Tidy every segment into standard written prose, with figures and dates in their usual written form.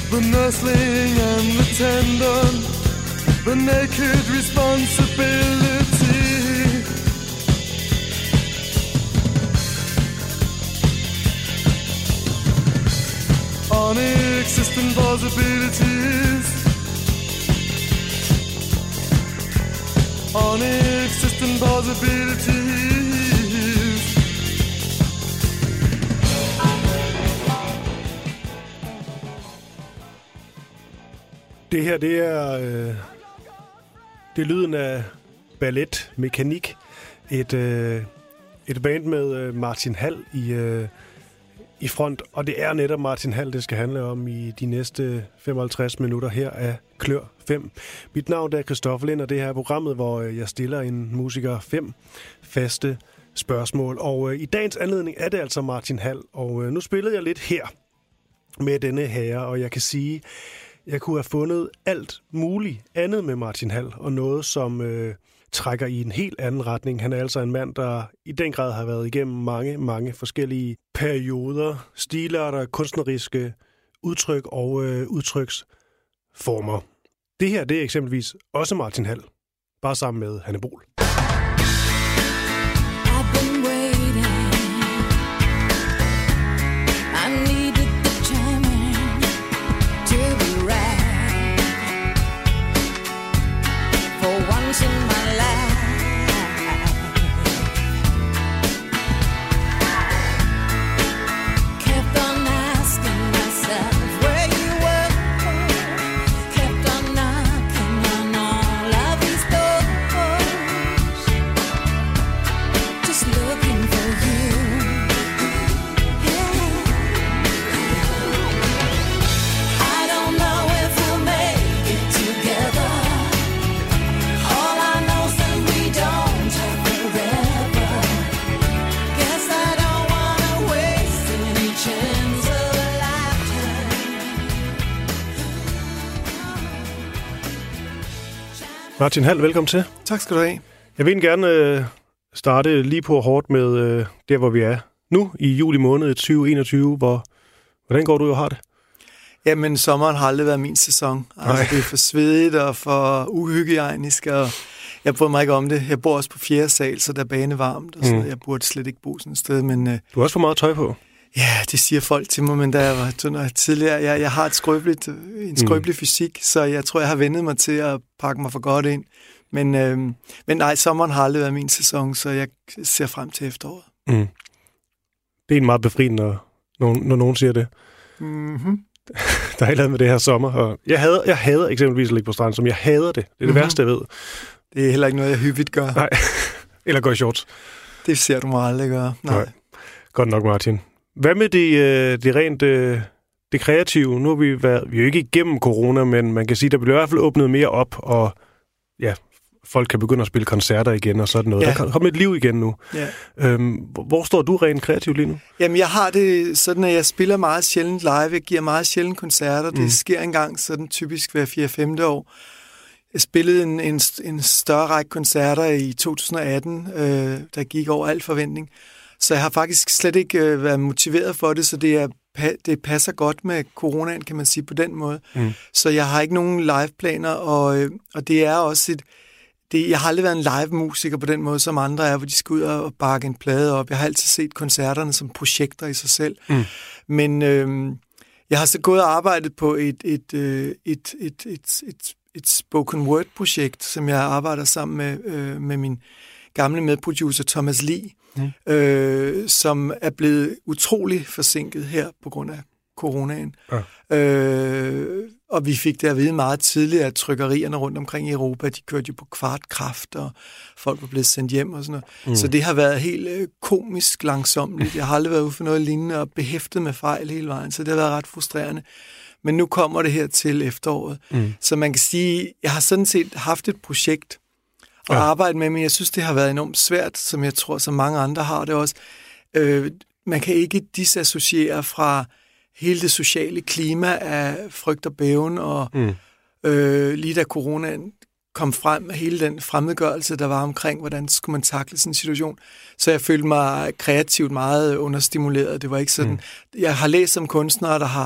the nursling and the tendon, the naked responsibility. Non-existent possibilities, non-existent possibilities. Det her, det er lyden af Ballet Mekanik, et band med Martin Hall i front, og det er netop Martin Hall, det skal handle om i de næste 55 minutter her af Klør 5. Mit navn er Christoffer Lind, og det her er programmet, hvor jeg stiller en musiker 5 faste spørgsmål. Og i dagens anledning er det altså Martin Hall, og nu spillede jeg lidt her med denne herre, og jeg kan sige, jeg kunne have fundet alt muligt andet med Martin Hall, og noget, som trækker i en helt anden retning. Han er altså en mand, der i den grad har været igennem mange, mange forskellige perioder, stilarter, kunstneriske udtryk og udtryksformer. Det her, det er eksempelvis også Martin Hall, bare sammen med Hanne Bol. Martin Hall, velkommen til. Tak skal du have. Jeg vil gerne starte lige på hårdt med der, hvor vi er nu i juli måned 2021. Hvordan går du og har det? Jamen, sommeren har aldrig været min sæson. Altså, det er for svedigt og for uhygiejnisk, og jeg bryder mig ikke om det. Jeg bor også på 4. sal, så der er banevarmt, og så jeg burde slet ikke bo sådan et sted. Men, du har også for meget tøj på. Ja, det siger folk til mig, men da jeg var tidligere, jeg har en skrøbelig fysik, så jeg tror, jeg har vendet mig til at pakke mig for godt ind. Men nej, sommeren har aldrig været min sæson, så jeg ser frem til efteråret. Mm. Det er en meget befriende, når nogen siger det. Mm-hmm. Der er et eller andet med det her sommer. Og jeg hader eksempelvis at ligge på stranden, som jeg hader det. Det er det værste, jeg ved. Det er heller ikke noget, jeg hyppigt gør. Nej, eller går i shorts. Det ser du mig aldrig gøre. Nej. Godt nok, Martin. Hvad med det rent det kreative? Nu har vi er jo ikke igennem corona, men man kan sige, der bliver i hvert fald åbnet mere op, og ja, folk kan begynde at spille koncerter igen og sådan noget. Ja. Der kommer et liv igen nu. Ja. Hvor står du rent kreativt lige nu? Jamen, jeg har det sådan, at jeg spiller meget sjældent live. Jeg giver meget sjældent koncerter. Det sker engang sådan typisk hver 4-5. år. Jeg spillede en større række koncerter i 2018, der gik over al forventning. Så jeg har faktisk slet ikke været motiveret for det, så det passer godt med coronaen, kan man sige, på den måde. Mm. Så jeg har ikke nogen liveplaner, og det er også jeg har aldrig været en live-musiker på den måde, som andre er, hvor de skal ud og bakke en plade op. Jeg har altid set koncerterne som projekter i sig selv. Mm. Men jeg har så gået og arbejdet på et spoken word-projekt, som jeg arbejder sammen med min gamle medproducer Thomas Lee, som er blevet utrolig forsinket her på grund af coronaen. Ja. Og vi fik det at vide meget tidligt, at trykkerierne rundt omkring i Europa, de kørte jo på kvartkraft, og folk var blevet sendt hjem og sådan noget. Mm. Så det har været helt komisk langsomligt. Jeg har aldrig været ude for noget lignende og behæftet med fejl hele vejen, så det har været ret frustrerende. Men nu kommer det her til efteråret. Mm. Så man kan sige, jeg har sådan set haft et projekt at arbejde med, men jeg synes, det har været enormt svært, som jeg tror, som mange andre har det også. Man kan ikke disassociere fra hele det sociale klima af frygt og bæven, og lige da coronaen kom frem, hele den fremmedgørelse, der var omkring, hvordan skulle man takle sådan en situation. Så jeg følte mig kreativt meget understimuleret. Det var ikke sådan. Jeg har læst om kunstnere, der har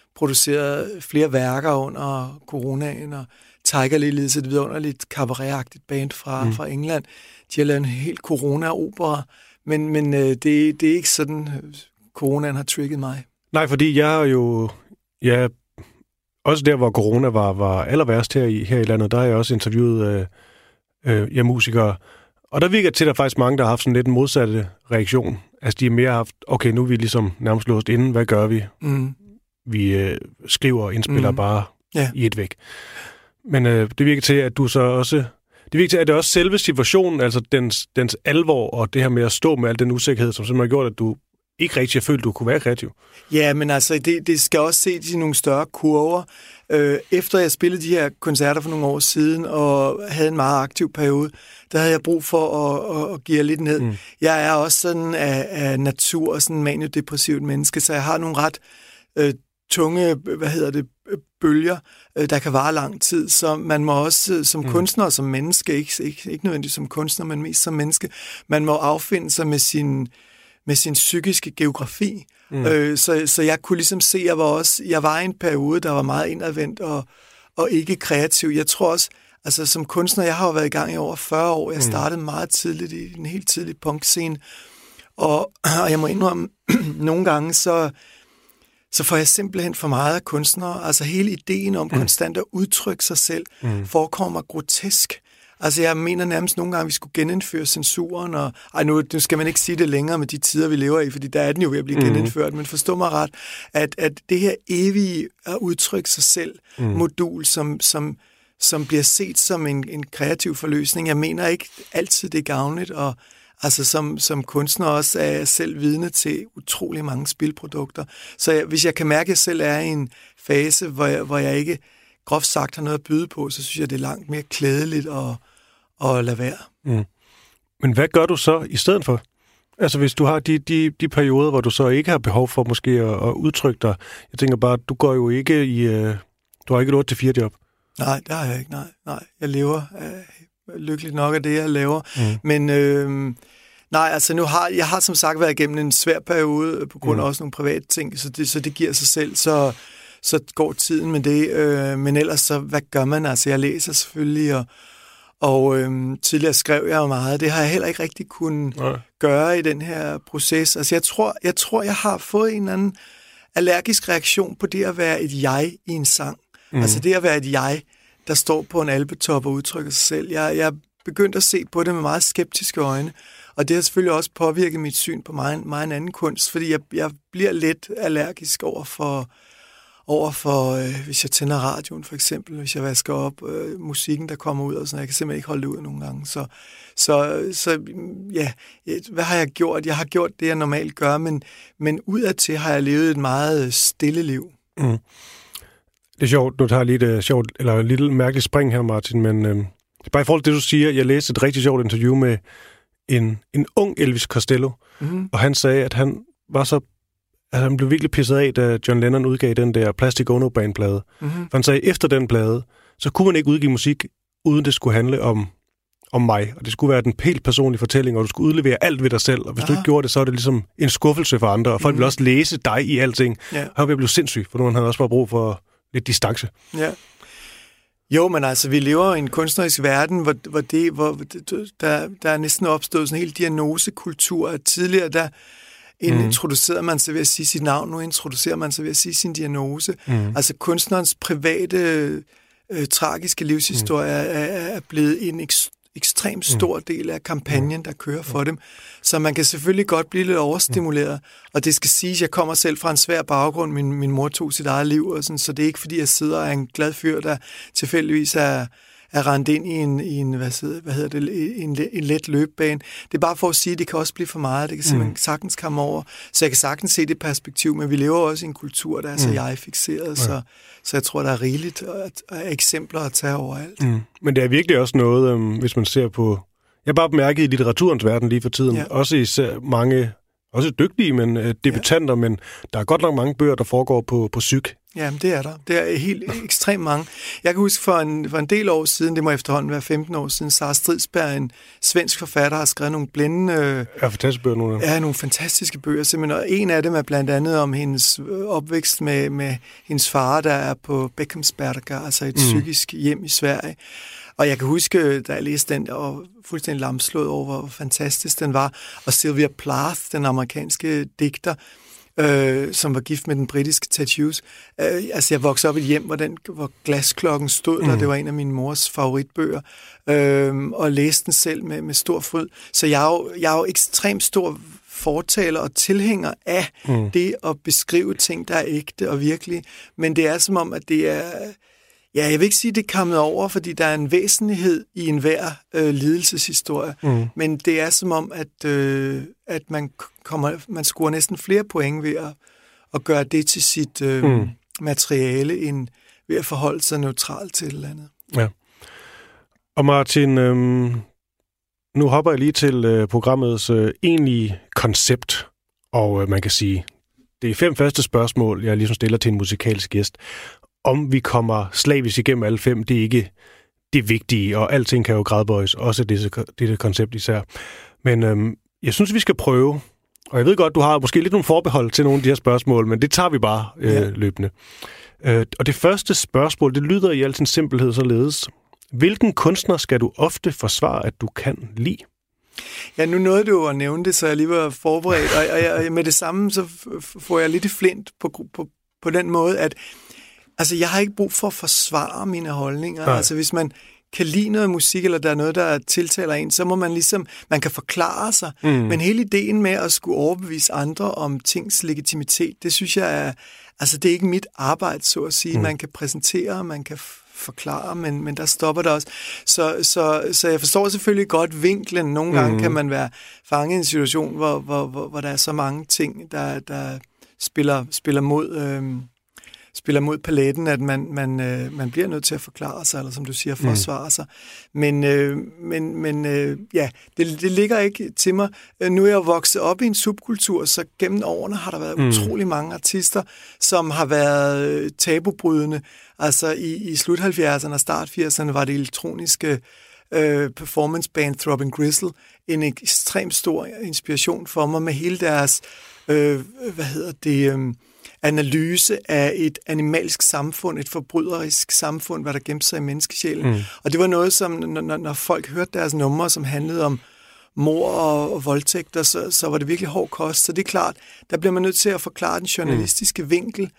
produceret flere værker under coronaen, og Tiger Lily, så det er vidunderligt cabaret-agtigt band fra England. De har lavet en helt corona-opera, men det er ikke sådan, coronaen har trigget mig. Nej, fordi jeg er jo... Ja, også der, hvor corona var aller værst her i landet, der har jeg også interviewet musikere. Og der virker til, at der er faktisk mange, der har haft sådan lidt en modsatte reaktion. Altså, de har mere haft, okay, nu er vi ligesom nærmest låst inden, hvad gør vi? Vi skriver og indspiller bare i et væk. Men det virker til, at du så også... Det virker til, at det er også selve situationen, altså dens alvor, og det her med at stå med al den usikkerhed, som simpelthen har gjort, at du ikke rigtig har følt, at du kunne være kreativ. Ja, men altså, det skal også ses i nogle større kurver. Efter jeg spillede de her koncerter for nogle år siden, og havde en meget aktiv periode, der havde jeg brug for at give lidt ned. Jeg er også sådan af natur, sådan en maniodepressivt menneske, så jeg har nogle ret tunge, bølger, der kan vare lang tid, så man må også som kunstner og som menneske, ikke nødvendigvis som kunstner, men mest som menneske, man må affinde sig med sin psykiske geografi. Så jeg kunne ligesom se, jeg var i en periode, der var meget indadvendt og ikke kreativ. Jeg tror også, altså som kunstner, jeg har jo været i gang i over 40 år. Jeg startede meget tidligt i en helt tidlig punkscene, og jeg må indrømme, nogle gange så får jeg simpelthen for meget af kunstnere. Altså hele ideen om konstant at udtrykke sig selv forekommer grotesk. Altså jeg mener nærmest nogle gange, at vi skulle genindføre censuren, og nu skal man ikke sige det længere med de tider, vi lever i, fordi der er den jo ved at blive genindført, men forstå mig ret, at det her evige at udtrykke sig selv modul, som bliver set som en kreativ forløsning, jeg mener ikke altid det er gavnligt, og altså som kunstner også er jeg selv vidne til utrolig mange spilprodukter. Så hvis jeg kan mærke, at jeg selv er i en fase, hvor jeg ikke groft sagt har noget at byde på, så synes jeg, det er langt mere klædeligt at lade være. Men hvad gør du så i stedet for? Altså hvis du har de perioder, hvor du så ikke har behov for måske at udtrykke dig. Jeg tænker bare, du går jo ikke du har ikke et 8-4 job. Nej, det har jeg ikke. Nej. Jeg lever lykkeligt nok af det, jeg laver. Men nej, altså jeg har som sagt været igennem en svær periode, på grund af også nogle private ting, så det giver sig selv, så går tiden med det. Men ellers så, hvad gør man? Altså jeg læser selvfølgelig, og tidligere skrev jeg jo meget. Det har jeg heller ikke rigtig kunnet gøre i den her proces. Altså jeg tror, jeg har fået en eller anden allergisk reaktion på det at være et jeg i en sang. Altså det at være et jeg, der står på en alpetop og udtrykker sig selv. Jeg begyndte at se på det med meget skeptiske øjne, og det har selvfølgelig også påvirket mit syn på meget en anden kunst, fordi jeg bliver lidt allergisk over for hvis jeg tænder radioen for eksempel, hvis jeg vasker op, musikken, der kommer ud og sådan, jeg kan simpelthen ikke holde det ud nogle gange. Så ja, hvad har jeg gjort? Jeg har gjort det, jeg normalt gør, men udadtil har jeg levet et meget stille liv. Det er sjovt, nu tager jeg lige et sjovt, eller et lille mærkeligt spring her, Martin, men bare i forhold til det, du siger, jeg læste et rigtig sjovt interview med en ung Elvis Costello, og han sagde, at han var så altså, han blev virkelig pisset af, da John Lennon udgav den der Plastic Ono Band-plade. For han sagde, efter den plade, så kunne man ikke udgive musik, uden det skulle handle om mig. Og det skulle være den helt personlige fortælling, og du skulle udlevere alt ved dig selv. Og hvis du ikke gjorde det, så er det ligesom en skuffelse for andre. Og folk vil også læse dig i alting. Han vil blive sindssyg, for nu han havde også bare brug for lidt distance. Ja. Jo, men altså, vi lever i en kunstnerisk verden, hvor der er næsten opstået sådan en hel diagnosekultur. Tidligere, der introducerede man sig ved at sige sit navn, nu introducerer man sig ved at sige sin diagnose. Altså, kunstnerens private, tragiske livshistorie er blevet en ekstremt stor del af kampagnen, der kører for dem. Så man kan selvfølgelig godt blive lidt overstimuleret. Og det skal siges, at jeg kommer selv fra en svær baggrund. Min mor tog sit eget liv, og sådan, så det er ikke, fordi jeg sidder og er en glad fyr, der tilfældigvis er rendt ind i en let løbebane. Det er bare for at sige, at det kan også blive for meget. Det kan simpelthen sagtens komme over. Så jeg kan sagtens se det perspektiv, men vi lever også i en kultur, der er så jeg-fikseret, så jeg tror, der er rigeligt af eksempler at tage overalt. Men det er virkelig også noget, hvis man ser på... Jeg har bare bemærket i litteraturens verden lige for tiden, også især mange også dygtige, men debutanter, men der er godt nok mange bøger, der foregår på psyk. Jamen, det er der. Det er helt ekstremt mange. Jeg kan huske for en del år siden, det må efterhånden være 15 år siden, Sara Stridsberg, en svensk forfatter, har skrevet nogle blændende... fantastiske bøger, nogle af dem. Ja, nogle fantastiske bøger, simpelthen. Og en af dem er blandt andet om hendes opvækst med hendes far, der er på Beckhamsberga, altså et psykisk hjem i Sverige. Og jeg kan huske, da jeg læste den, og fuldstændig lamslået over, hvor fantastisk den var. Og Sylvia Plath, den amerikanske digter, som var gift med den britiske Ted Hughes. Altså, jeg voksede op i et hjem, hvor Glasklokken stod der. Det var en af min mors favoritbøger. Og læste den selv med stor fryd. Så jeg er jo ekstremt stor fortaler og tilhænger af det at beskrive ting, der er ægte og virkelige. Men det er som om, at det er... Ja, jeg vil ikke sige, at det er kommet over, fordi der er en væsentlighed i enhver lidelseshistorie. Men det er som om, at man scorer næsten flere point ved at gøre det til sit materiale, end ved at forholde sig neutralt til et eller andet. Ja. Og Martin, nu hopper jeg lige til programmets egentlige koncept, og man kan sige, det er 5 første spørgsmål, jeg ligesom stiller til en musikalsk gæst. Om vi kommer slavisk igennem alle 5, det er ikke det vigtige, og alting kan jo gradbøjes, også det koncept især. Men jeg synes, vi skal prøve, og jeg ved godt, du har måske lidt nogle forbehold til nogle af de her spørgsmål, men det tager vi bare løbende. Og det første spørgsmål, det lyder i al sin simpelhed således. Hvilken kunstner skal du ofte forsvare, at du kan lide? Ja, nu nåede du at nævne det, så jeg lige var forberedt, og med det samme, så får jeg lidt i flint på den måde, at altså, jeg har ikke brug for at forsvare mine holdninger. Nej. Altså, hvis man kan lide noget musik, eller der er noget, der tiltaler en, så må man ligesom, man kan forklare sig. Men hele ideen med at skulle overbevise andre om tings legitimitet, det synes jeg er, altså, det er ikke mit arbejde, så at sige. Man kan præsentere, man kan forklare, men der stopper det også. Så jeg forstår selvfølgelig godt vinklen. Nogle gange kan man være fanget i en situation, hvor der er så mange ting, der spiller mod paletten, at man bliver nødt til at forklare sig, eller som du siger, forsvare sig. Men det ligger ikke til mig. Nu er jeg vokset op i en subkultur, så gennem årene har der været utrolig mange artister, som har været tabubrydende. Altså i slut 70'erne og start 80'erne var det elektroniske performance band Throbbing Gristle en ekstremt stor inspiration for mig med hele deres analyse af et animalsk samfund, et forbryderisk samfund, hvad der gemte sig i menneskesjælen. Og det var noget, som når folk hørte deres numre, som handlede om mord og voldtægter, så var det virkelig hård kost. Så det er klart, der bliver man nødt til at forklare den journalistiske vinkel.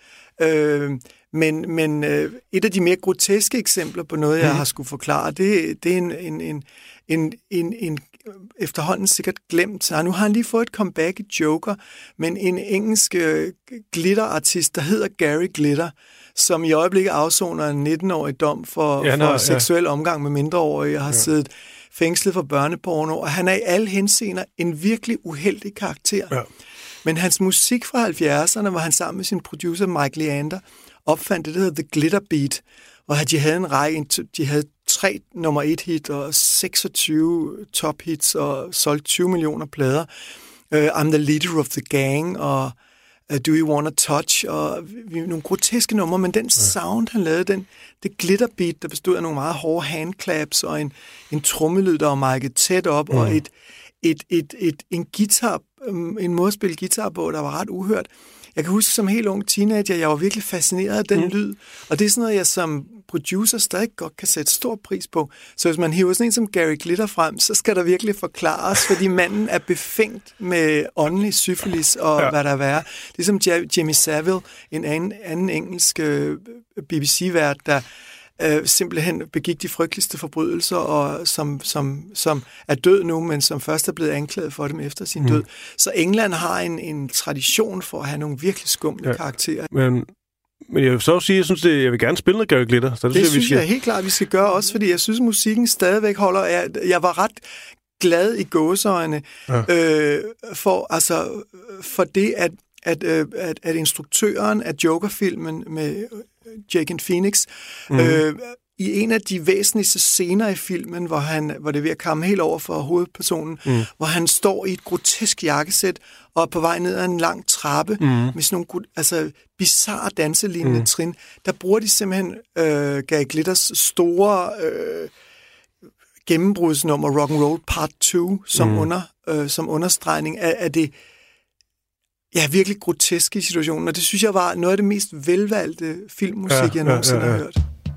Men et af de mere groteske eksempler på noget, jeg har skulle forklare, det er en efterhånden sikkert glemt. Så nu har han lige fået et comeback i Joker, men en engelsk glitterartist, der hedder Gary Glitter, som i øjeblikket afsoner en 19-årig dom for seksuel omgang med mindreårige og har siddet fængslet for børneporno, og han er i alle henseender en virkelig uheldig karakter. Ja. Men hans musik fra 70'erne, hvor han sammen med sin producer Mike Leander opfandt det, der hedder The Glitter Beat, hvor de havde en række, de havde 3 nummer 1 hit og 26 top hits og solgt 20 millioner plader. I'm the leader of the gang og Do you wanna touch og nogle groteske numre, men den sound, han lavede, det glitterbeat, der bestod af nogle meget hårde handclaps og en trommelyd, der var mic'et tæt op og en guitar, en måde at spille guitar på, der var ret uhørt. Jeg kan huske som helt ung teenager, jeg var virkelig fascineret af den lyd, og det er sådan noget, jeg som producer stadig godt kan sætte stor pris på. Så hvis man hiver sådan en som Gary Glitter frem, så skal der virkelig forklares, fordi manden er befængt med åndelig syfilis og hvad der er. Det er som Jimmy Savile, en anden engelsk BBC-vært, der simpelthen begik de frygteligste forbrydelser, og som er død nu, men som først er blevet anklaget for dem efter sin død. Så England har en tradition for at have nogle virkelig skumle karakterer. Men jeg vil så sige, jeg vil gerne spille noget Gary Glitter. Så det synes jeg helt klart, vi skal gøre også, fordi jeg synes, musikken stadigvæk holder. Jeg var ret glad i gåseøjne for det, at instruktøren af Joker-filmen med Joaquin Phoenix i en af de væsentligste scener i filmen, hvor det er ved at komme helt over for hovedpersonen, hvor han står i et grotesk jakkesæt og på vej ned ad en lang trappe med sådan nogle bizarre danselignende trin, der bruger de simpelthen Gary Glitters store gennembrudsnummer Rock'n'Roll Part 2 som understregning af det virkelig groteske i situationen, og det synes jeg var noget af det mest velvalgte filmmusik, jeg nogensinde har hørt.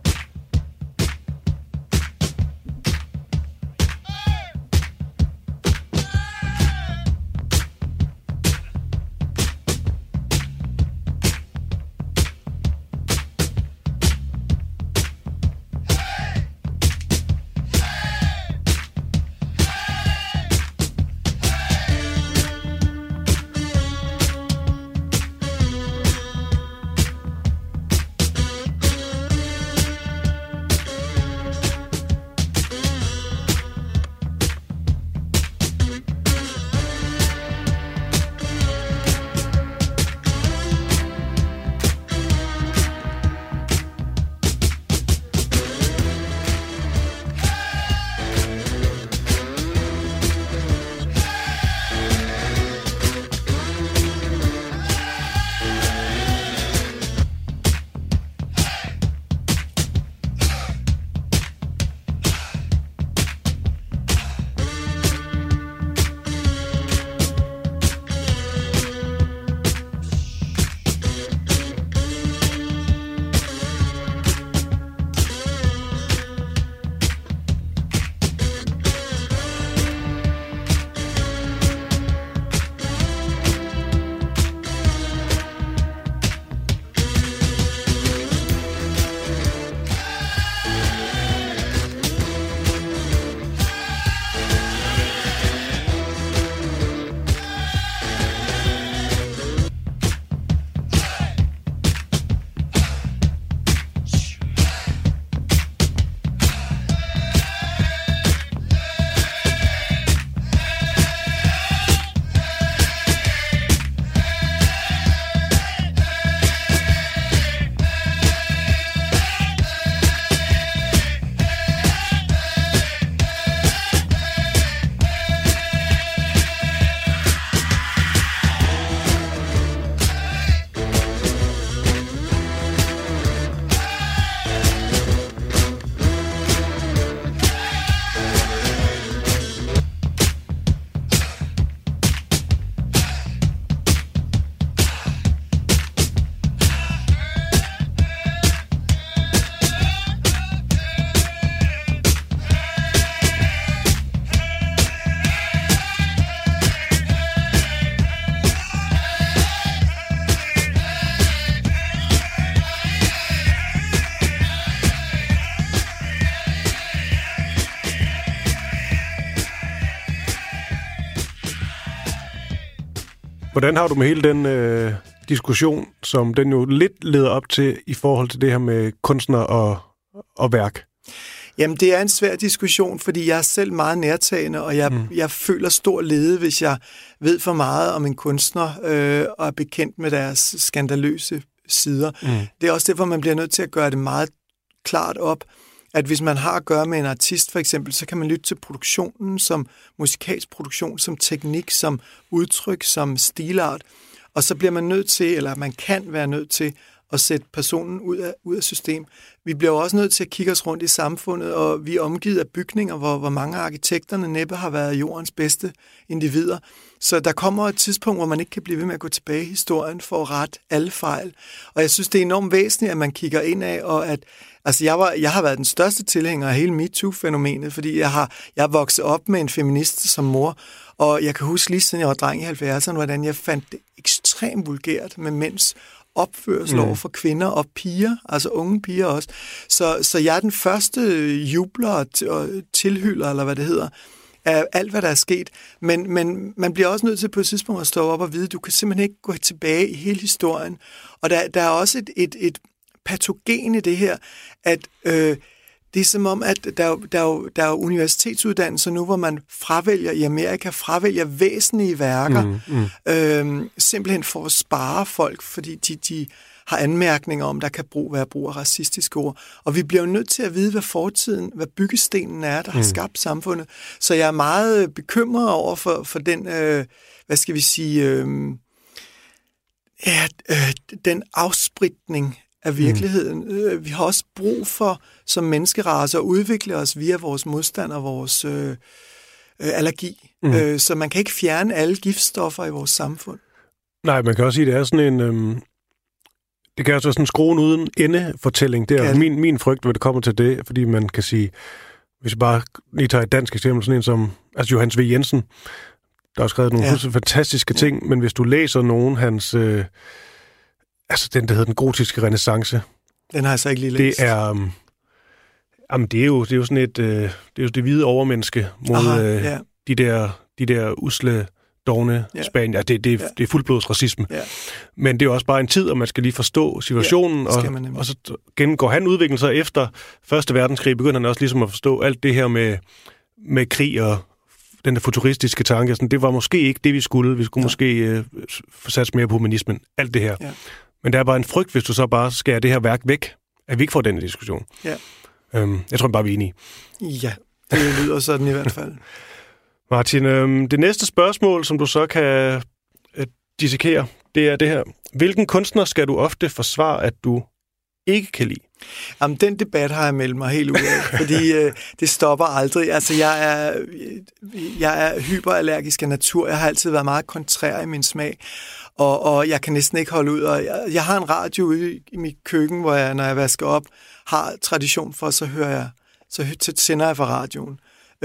Hvordan har du med hele den diskussion, som den jo lidt leder op til i forhold til det her med kunstner og værk? Jamen, det er en svær diskussion, fordi jeg er selv meget nærtagende, og jeg føler stor lede, hvis jeg ved for meget om en kunstner og er bekendt med deres skandaløse sider. Det er også derfor, man bliver nødt til at gøre det meget klart op, at hvis man har at gøre med en artist for eksempel, så kan man lytte til produktionen som musikalsk produktion, som teknik, som udtryk, som stilart, og så bliver man nødt til, eller man kan være nødt til, at sætte personen ud af system. Vi bliver jo også nødt til at kigge os rundt i samfundet, og vi er omgivet af bygninger, hvor mange af arkitekterne næppe har været jordens bedste individer. Så der kommer et tidspunkt, hvor man ikke kan blive ved med at gå tilbage i historien for at rette alle fejl. Og jeg synes, det er enormt væsentligt, at man kigger indad, og at jeg har været den største tilhænger af hele MeToo-fænomenet, fordi jeg er vokset op med en feminist som mor, og jeg kan huske lige siden jeg var dreng i 70'erne, hvordan jeg fandt det ekstremt vulgært med mænds opførsel over for kvinder og piger, altså unge piger også. Så jeg er den første jubler og tilhylder, eller hvad det hedder, af alt, hvad der er sket. Men man bliver også nødt til på et tidspunkt at stå op og vide, at du kan simpelthen ikke gå tilbage i hele historien. Og der er også et patogen i det her, at det er som om, at der er universitetsuddannelser nu, hvor man i Amerika fravælger væsentlige værker, simpelthen for at spare folk, fordi de har anmærkninger om, der kan være brug af racistiske ord. Og vi bliver jo nødt til at vide, hvad byggestenen er, der har skabt samfundet. Så jeg er meget bekymret over for den, hvad skal vi sige, den afspritning af virkeligheden. Vi har også brug for, som menneskerace, at udvikle os via vores modstand og vores allergi. Så man kan ikke fjerne alle giftstoffer i vores samfund. Nej, man kan også sige, at det er sådan en... det kan også være sådan en skruen uden ende-fortælling. Det er min frygt, hvad det kommer til det, fordi man kan sige, hvis vi bare lige tager et dansk eksempel, sådan en som Johannes V. Jensen, der har skrevet nogle fantastiske ting, men hvis du læser nogen hans... den, der hedder den gotiske renæssance. Den har jeg så ikke lige læst. Det er jo sådan et... det er jo det hvide overmenneske mod de der usle, dovne Spanier. Det er fuldblods racisme. Ja. Men det er også bare en tid, og man skal lige forstå situationen, og så gennemgår han udviklen sig efter Første Verdenskrig, begynder han også ligesom at forstå alt det her med krig og den der futuristiske tanke. Sådan, det var måske ikke det, vi skulle. Vi skulle måske satse mere på humanismen. Alt det her. Ja. Men der er bare en frygt, hvis du så bare skærer det her værk væk, at vi ikke får den diskussion. Ja. Jeg tror bare, vi er enige. Ja, det lyder sådan i hvert fald. Martin, det næste spørgsmål, som du så kan dissekere, det er det her. Hvilken kunstner skal du ofte forsvare, at du ikke kan lide? Jamen, den debat har jeg meldt mig helt ud af, fordi det stopper aldrig. Altså, jeg er hyperallergisk af natur. Jeg har altid været meget kontrær i min smag, og jeg kan næsten ikke holde ud. Og jeg har en radio ude i mit køkken, hvor jeg, når jeg vasker op, har tradition for, så sender jeg fra radioen.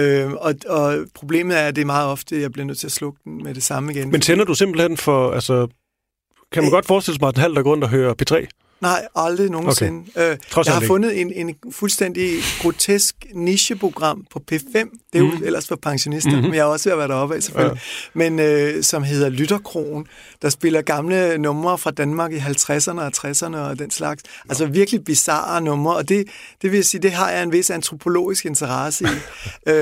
Og problemet er, at det er meget ofte, at jeg bliver nødt til at slukke den med det samme igen. Men tænder du simpelthen for, altså, kan man godt forestille sig, at Martin Hall, der går rundt og hører P3? Nej, aldrig nogensinde. Okay. Jeg har fundet en fuldstændig grotesk nicheprogram på P5. Det er jo ellers for pensionister, men jeg har også ved at være deroppe af, selvfølgelig. Ja. Men som hedder Lytterkrogen, der spiller gamle numre fra Danmark i 50'erne og 60'erne og den slags. Altså virkelig bizarre numre, og det vil sige, det har jeg en vis antropologisk interesse i.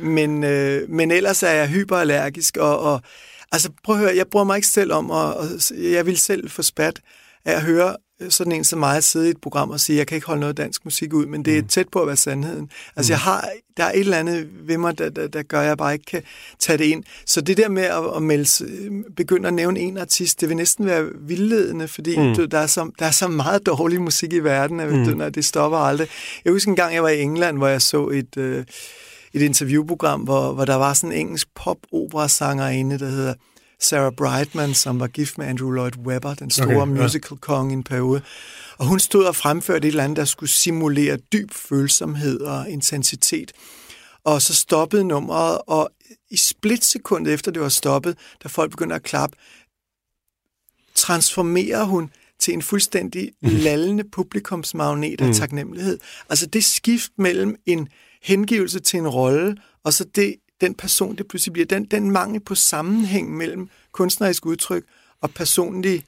Men ellers er jeg hyperallergisk, og altså prøv at høre, jeg bruger mig ikke selv om, og jeg vil selv få spat af at høre sådan en som mig sidde i et program og sige, jeg kan ikke holde noget dansk musik ud, men det er tæt på at være sandheden. Altså der er et eller andet ved mig, der gør, at jeg bare ikke kan tage det ind. Så det der med at begynde at nævne en artist, det vil næsten være vildledende, fordi der er så meget dårlig musik i verden, at det stopper aldrig. Jeg husker en gang, jeg var i England, hvor jeg så et interviewprogram, hvor der var sådan en engelsk pop-opera-sangerinde, der hedder Sarah Brightman, som var gift med Andrew Lloyd Webber, den store musical-kong i en periode. Og hun stod og fremførte et eller andet, der skulle simulere dyb følsomhed og intensitet. Og så stoppede nummeret, og i splitsekundet efter det var stoppet, da folk begyndte at klappe, transformerer hun til en fuldstændig lallende publikumsmagnet af taknemmelighed. Altså det skift mellem en hengivelse til en rolle, og så den person, det pludselig bliver, den mangel på sammenhæng mellem kunstnerisk udtryk og personlig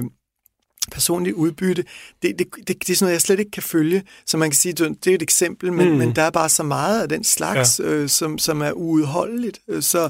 udbytte, det er sådan noget, jeg slet ikke kan følge. Så man kan sige, det er et eksempel, men der er bare så meget af den slags, som er uudholdeligt. Så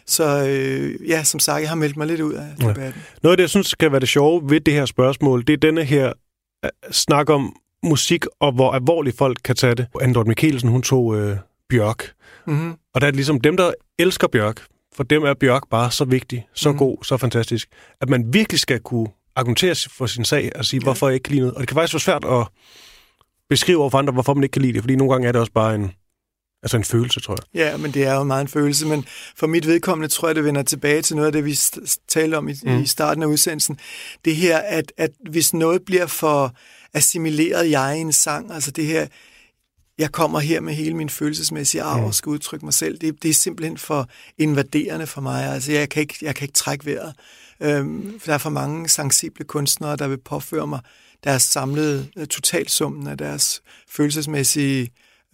som sagt, jeg har meldt mig lidt ud af debatten. Ja. Noget af det, jeg synes, kan være det sjove ved det her spørgsmål, det er denne her snak om musik, og hvor alvorligt folk kan tage det. Anne Dorthe Michelsen, hun tog Bjørk. Mm-hmm. Og der er ligesom dem, der elsker Bjørk, for dem er Bjørk bare så vigtig, så god, så fantastisk, at man virkelig skal kunne argumentere for sin sag og sige, hvorfor jeg ikke kan lide noget. Og det kan faktisk være svært at beskrive over for andre, hvorfor man ikke kan lide det, fordi nogle gange er det også bare en følelse, tror jeg. Ja, men det er jo meget en følelse, men for mit vedkommende tror jeg, det vender tilbage til noget af det, vi talte om i starten af udsendelsen. Det her, at hvis noget bliver for assimileret i en sang, altså det her, jeg kommer her med hele min følelsesmæssige arv og skal udtrykke mig selv. Det er simpelthen for invaderende for mig. Altså, jeg kan ikke trække vejret. Der er for mange sensible kunstnere, der vil påføre mig deres samlede totalsummen af deres følelsesmæssige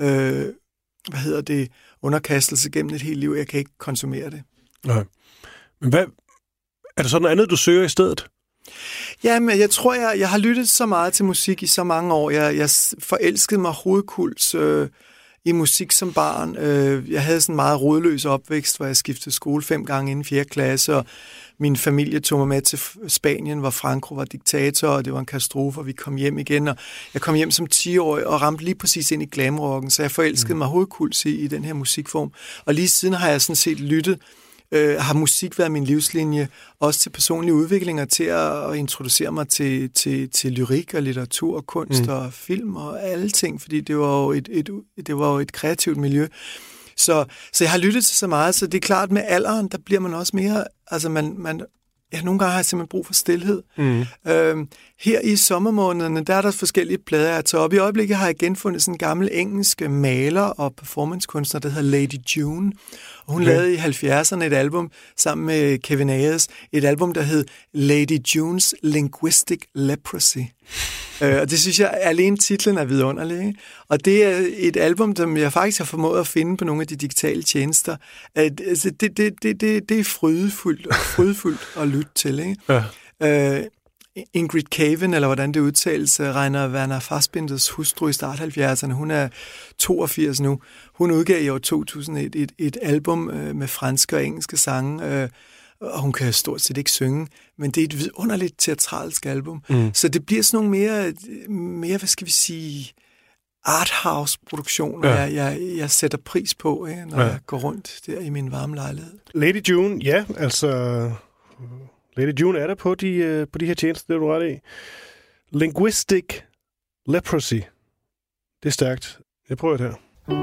underkastelse gennem et helt liv. Jeg kan ikke konsumere det. Nej. Men er der så noget andet, du søger i stedet? Jamen, jeg tror, jeg har lyttet så meget til musik i så mange år. Jeg forelskede mig hovedkuls i musik som barn. Jeg havde sådan en meget rodløs opvækst, hvor jeg skiftede skole 5 gange inden 4. klasse, og min familie tog mig med til Spanien, hvor Franco var diktator, og det var en katastrofe, og vi kom hjem igen. Og jeg kom hjem som 10-årig og ramte lige præcis ind i glamrocken, så jeg forelskede mig hovedkuls i den her musikform. Og lige siden har jeg sådan set lyttet. Har musik været min livslinje, også til personlige udviklinger, til at introducere mig til lyrik og litteratur og kunst og film og alle ting, fordi det var jo et kreativt miljø. Så jeg har lyttet til så meget, så det er klart, med alderen, der bliver man også mere, altså nogle gange har jeg simpelthen brug for stilhed. Her i sommermånederne, der er der forskellige plader, jeg tager op. I øjeblikket har jeg genfundet sådan en gammel engelsk maler og performancekunstner, der hedder Lady June. Og hun lavede i 70'erne et album sammen med Kevin Ayers, et album, der hed Lady June's Linguistic Leprosy. Og det synes jeg, alene titlen er vidunderlig. Ikke? Og det er et album, som jeg faktisk har formået at finde på nogle af de digitale tjenester. Altså, det er frydefuldt at lytte til. Ikke? Ja. Ingrid Caven, eller hvordan det udtales, Rainer Werner Fassbinders hustru i start 70'erne. Hun er 82 nu. Hun udgav i år 2001 et album med franske og engelske sange, og hun kan stort set ikke synge, men det er et vidunderligt teatralsk album. Så det bliver sådan nogle mere, hvad skal vi sige, arthouse-produktioner, jeg sætter pris på, når jeg går rundt der i min varme lejlighed. Lady June, ja, altså... Lady June er der på de her tjenester, det er du ret i. Linguistic Leprosy. Det er stærkt. Jeg prøver det her.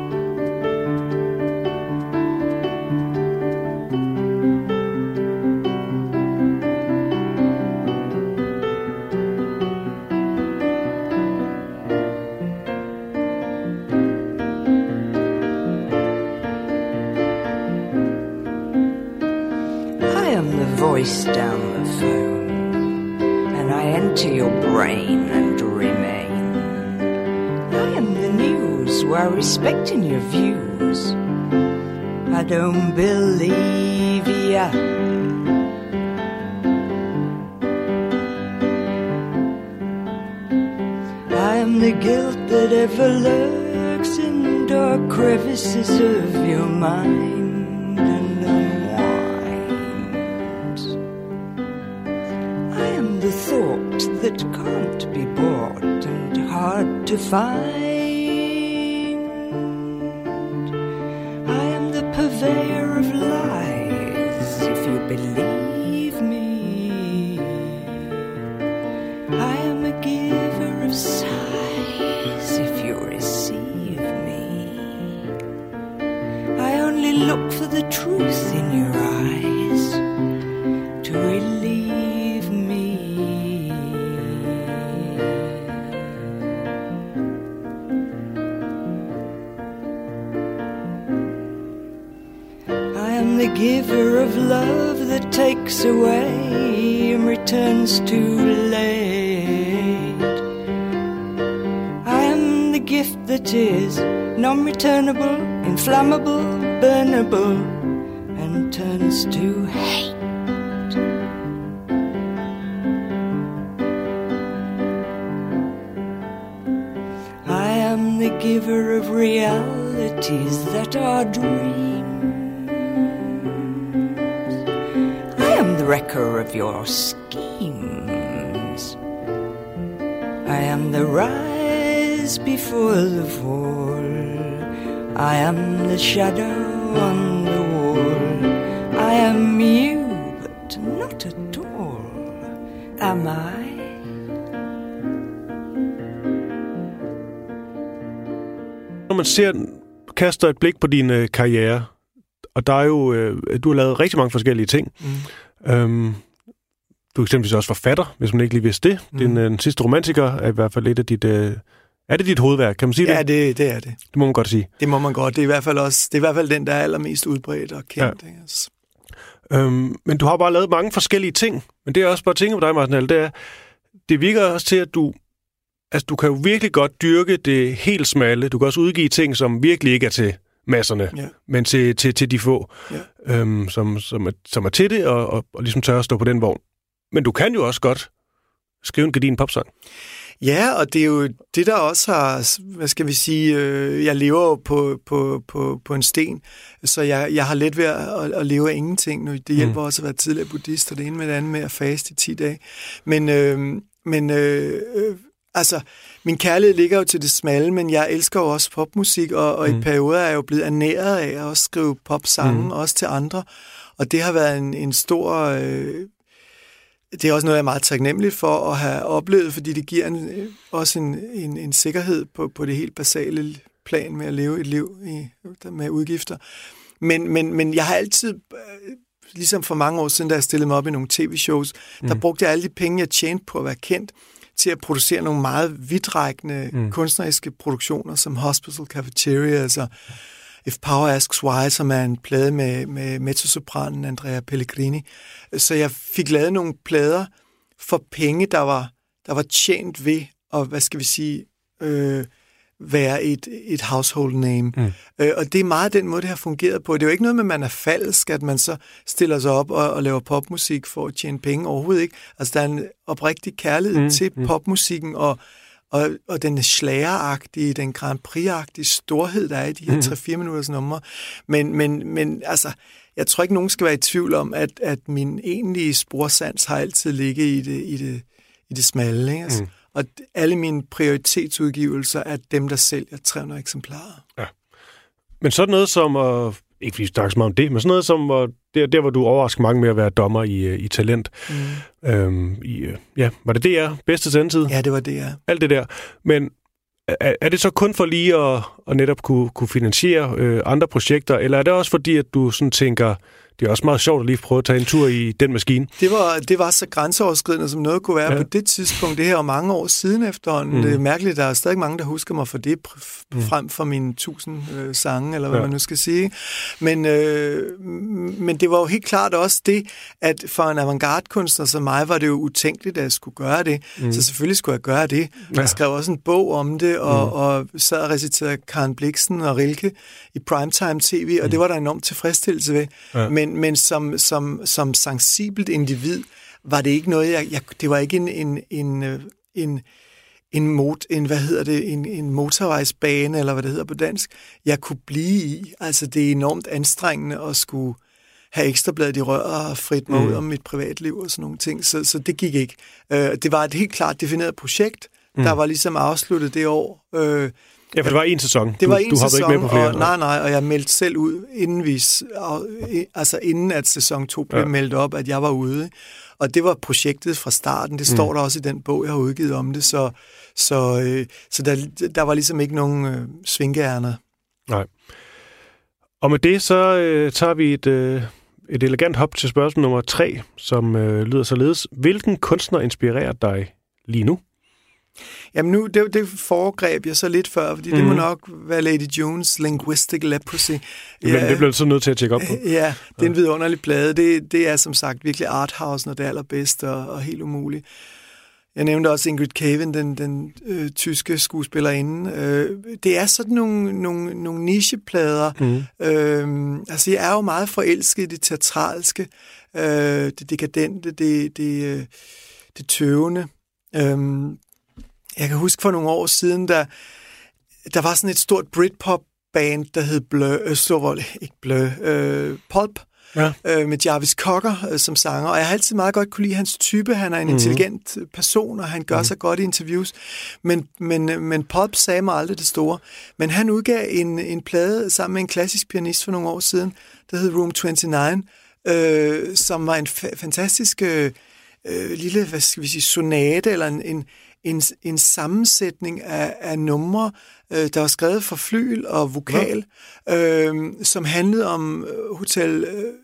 Voice down the phone, and I enter your brain and remain. I am the news while respecting your views. I don't believe ya. I am the guilt that ever lurks in dark crevices of your mind. That can't be bought and hard to find. I am the purveyor of lies, if you believe me. I am a giver of sighs, if you receive me. I only look for the truth in your eyes to relieve me. The giver of love that takes away and returns too late. I am the gift that is non-returnable, inflammable, burnable, and turns to hate. I am the giver of realities that are dreams. Wrecker of your schemes. I am the rise before the fall. I am the shadow on the wall. I am you, but not at all. Am I? Når man kaster et blik på din karriere, og der er jo, du har lavet rigtig mange forskellige ting. Du er eksempelvis også forfatter, hvis man ikke lige vidste det. Den sidste romantiker er i hvert fald et af dit... er det dit hovedværk, kan man sige det? Ja, det er det. Det må man godt sige. Det må man godt. Det er i hvert fald den, der er allermest udbredt og kendt. Ja. Men du har bare lavet mange forskellige ting. Men det er også bare ting på dig, Martin, det virker også til, at du kan jo virkelig godt dyrke det helt smalle. Du kan også udgive ting, som virkelig ikke er til masserne, men til de få, som er til det, og ligesom tør at stå på den vogn. Men du kan jo også godt skrive en gedigen popsang. Ja, og det er jo det, der også har, hvad skal vi sige, jeg lever jo på en sten, så jeg har let ved at leve af ingenting nu. Det hjælper også at være tidligere buddhist, og det ene med det andet med at faste i 10 dage. Men altså, min kærlighed ligger jo til det smalle, men jeg elsker jo også popmusik, og i perioder er jeg jo blevet ernæret af at også skrive popsange, også til andre, og det har været en stor... Det er også noget, jeg er meget taknemmelig for at have oplevet, fordi det giver også en sikkerhed på det helt basale plan med at leve et liv med udgifter. Men jeg har altid, ligesom for mange år siden, da jeg stillede mig op i nogle tv-shows, der brugte jeg alle de penge, jeg tjente på at være kendt, til at producere nogle meget vidtrækkende kunstneriske produktioner, som Hospital Cafeteria, altså If Power Asks Why, som er en plade med mezzosopranen Andrea Pellegrini. Så jeg fik lavet nogle plader for penge, der var tjent ved at, hvad skal vi sige, være et household name. Og det er meget den måde, det har fungeret på. Det er jo ikke noget med, at man er falsk, at man så stiller sig op og laver popmusik for at tjene penge. Overhovedet ikke. Altså, der er en oprigtig kærlighed til popmusikken, og den slageragtige, den Grand Prix-agtige storhed, der er i de her 3-4 minutters numre. Men altså, jeg tror ikke, nogen skal være i tvivl om, at min egentlige sporsans har altid ligget i det smalle. Ikke? Altså, og alle mine prioritetsudgivelser er dem, der sælger 300 eksemplarer. Ja. Men sådan noget som, ikke fordi vi snakker så meget om det, men sådan noget som, der hvor du overrasker mange med at være dommer i Talent. Var det DR? Bedste sendetid? Ja, det var DR. Alt det der. Men er det så kun for lige at netop kunne finansiere andre projekter, eller er det også fordi, at du sådan tænker, det er også meget sjovt at lige prøve at tage en tur i den maskine? Det var så grænseoverskridende, som noget kunne være på det tidspunkt. Det her er mange år siden efterhånden. Det er mærkeligt, der er stadig mange, der husker mig for det, frem for mine 1000 sange, eller hvad man nu skal sige. Men det var jo helt klart også det, at for en avantgarde-kunstner som mig, var det jo utænkeligt, at jeg skulle gøre det. Så selvfølgelig skulle jeg gøre det. Jeg skrev også en bog om det, og sad og reciterede Karen Blixen og Rilke i primetime tv, og det var der enormt tilfredsstillelse ved. Men som sensibelt individ var det ikke noget, det var ikke en motorvejsbane, eller hvad det hedder på dansk, jeg kunne blive i. Altså, det er enormt anstrengende at skulle have Ekstrabladet i rør og frit mig ud om mit privatliv og sådan nogle ting. Så det gik ikke. Det var et helt klart defineret projekt, der var ligesom afsluttet det år. Ja, for det var en sæson. Det var en sæson, ikke med på flere. Nej, og jeg meldte selv ud, inden at sæson 2 blev meldt op, at jeg var ude. Og det var projektet fra starten. Det står der også i den bog, jeg har udgivet om det. Så der var ligesom ikke nogen svinkeærner. Nej. Og med det, så tager vi et elegant hop til spørgsmål nummer 3, som lyder således. Hvilken kunstner inspirerer dig lige nu? Jamen nu, det foregreb jeg så lidt før, fordi det må nok være Lady Junes Linguistic Leprosy. Men det bliver så nødt til at tjekke op på. Ja, det er en vidunderlig plade. Det er som sagt virkelig arthouse, når det er allerbedst og helt umuligt. Jeg nævnte også Ingrid Caven, den tyske skuespillerinde. Det er sådan nogle nicheplader. Altså, jeg er jo meget forelsket i det teatralske, det dekadente, det tøvende. Jeg kan huske for nogle år siden, der var sådan et stort Britpop-band, der hed Pulp, med Jarvis Cocker som sanger, og jeg har altid meget godt kunne lide hans type. Han er en intelligent person, og han gør sig godt i interviews, men Pulp sagde mig aldrig det store. Men han udgav en plade sammen med en klassisk pianist for nogle år siden, der hed Room 29, som var en fantastisk lille, hvad skal vi sige, sonate, eller en sammensætning af numre, der var skrevet for flygel og vokal, som handlede om hotel,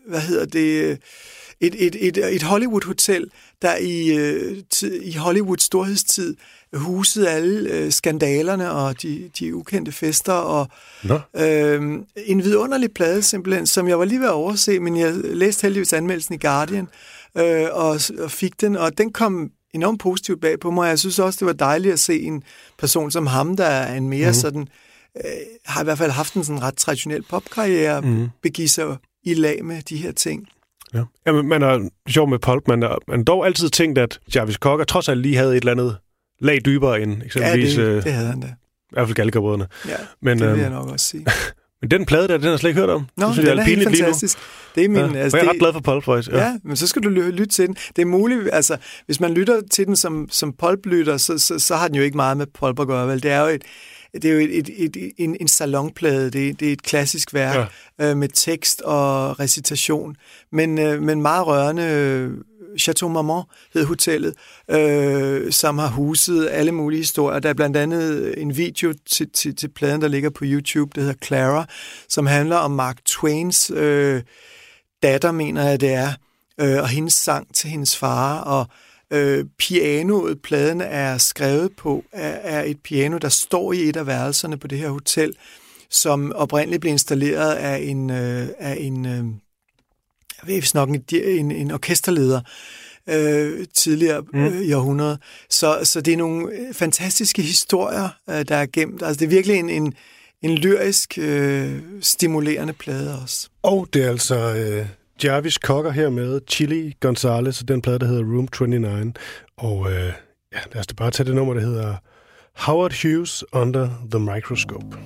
et Hollywood-hotel, der i Hollywoods storhedstid husede alle skandalerne og de ukendte fester, og en vidunderlig plade simpelthen, som jeg var lige ved at overse, men jeg læste heldigvis anmeldelsen i Guardian, og fik den, og den kom enormt positivt bag på mig. Jeg synes også, det var dejligt at se en person som ham, der er en mere sådan, har i hvert fald haft en sådan ret traditionel popkarriere, begive sig i lag med de her ting. Ja. Jamen, man er sjov med Pulp. Man dog altid tænkt, at Jarvis Cocker trods alt lige havde et eller andet lag dybere end eksempelvis... Ja, det havde han da. I hvert fald Galgabrødrene. Ja, men, det vil jeg nok også sige. Men den plade der, den har jeg slet ikke hørt om. Nå, synes, den er helt fantastisk. Det er min, jeg er ret glad for Pulp, faktisk. Ja, men så skal du lytte til den. Det er muligt, altså, hvis man lytter til den som Pulp-lytter, så har den jo ikke meget med Pulp at gøre, vel? Det er jo en salonplade. Det er et klassisk værk med tekst og recitation, men meget rørende. Chateau Marmont hed hotellet, som har huset alle mulige historier. Der er blandt andet en video til pladen, der ligger på YouTube, der hedder Clara, som handler om Mark Twains datter, mener jeg det er, og hendes sang til hendes far, og pianoet, pladen er skrevet på, er et piano, der står i et af værelserne på det her hotel, som oprindeligt blev installeret af en orkesterleder tidligere i århundredet. Så det er nogle fantastiske historier, der er gemt. Altså det er virkelig en lyrisk stimulerende plade også. Og det er altså Jarvis Cocker her med Chili Gonzales, den plade, der hedder Room 29. Og lad os da bare tage det nummer, der hedder Howard Hughes Under the Microscope.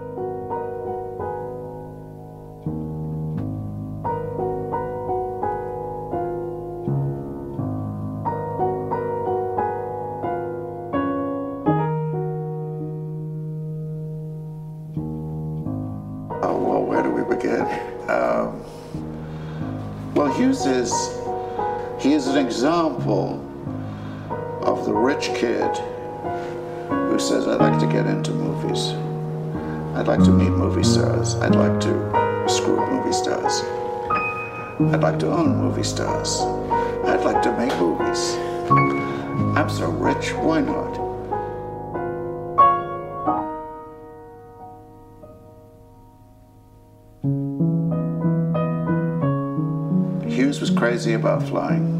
Hughes is an example of the rich kid who says, I'd like to get into movies. I'd like to meet movie stars. I'd like to screw movie stars. I'd like to own movie stars. I'd like to make movies. I'm so rich, why not? Hughes was crazy about flying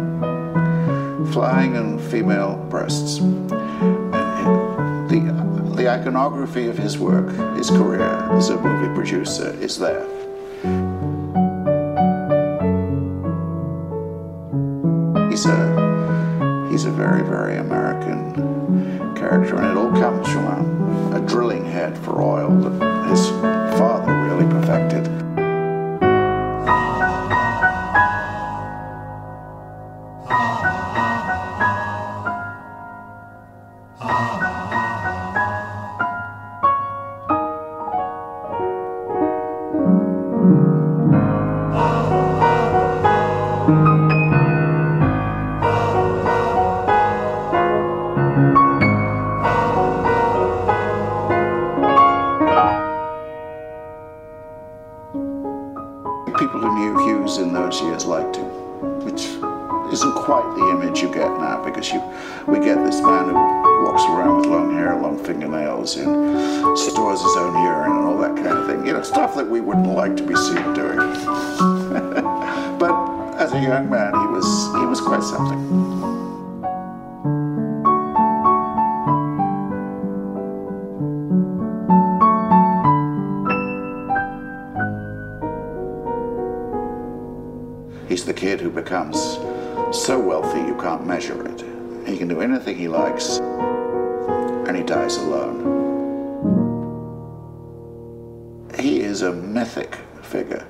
and female breasts. The iconography of his work, his career as a movie producer is there. He's a very, very American character, and it all comes from a drilling head for oil that his father really perfected. We get this man who walks around with long hair, long fingernails, and stores his own urine and all that kind of thing. You know, stuff that we wouldn't like to be seen doing. But as a young man, he was quite something. He's the kid who becomes so wealthy you can't measure it. He can do anything he likes, and he dies alone. He is a mythic figure.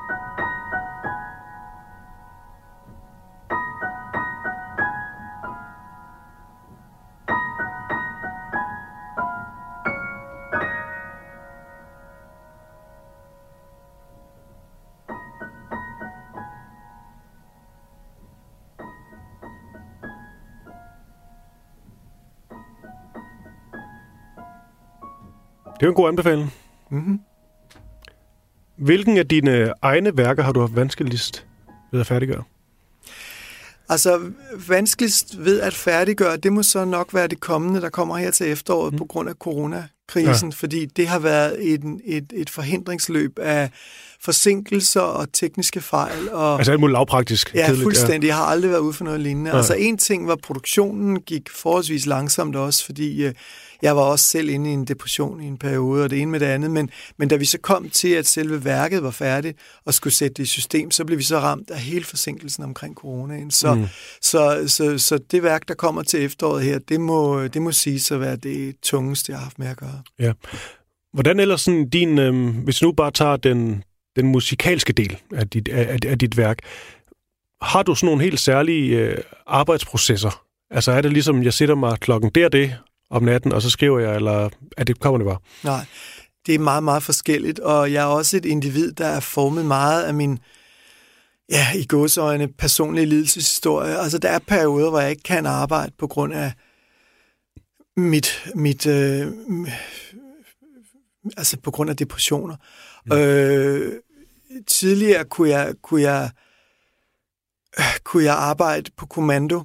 Det er en god anbefaling. Mm-hmm. Hvilken af dine egne værker har du haft vanskeligst ved at færdiggøre? Altså, vanskeligst ved at færdiggøre, det må så nok være det kommende, der kommer her til efteråret på grund af coronakrisen, fordi det har været et forhindringsløb af forsinkelser og tekniske fejl. Og, altså alt muligt lavpraktisk. Ja, kedeligt, fuldstændig. Jeg har aldrig været ude for noget lignende. Altså en ting var, produktionen gik forholdsvis langsomt også, fordi Jeg var også selv inde i en depression i en periode, og det ene med det andet, men da vi så kom til, at selve værket var færdigt, og skulle sætte det i system, så blev vi så ramt af hele forsinkelsen omkring coronaen. Så det værk, der kommer til efteråret her, det må siges at være det tungeste, jeg har haft med at gøre. Ja. Hvordan ellers sådan din, hvis du nu bare tager den musikalske del af dit værk, har du sådan nogle helt særlige arbejdsprocesser? Altså er det ligesom, jeg sætter mig klokken det om natten, og så skriver jeg, eller kommer det bare? Nej, det er meget, meget forskelligt, og jeg er også et individ, der er formet meget af min, i gåseøjne, personlige lidelseshistorie. Altså der er perioder, hvor jeg ikke kan arbejde på grund af altså på grund af depressioner. Tidligere kunne jeg arbejde på kommando,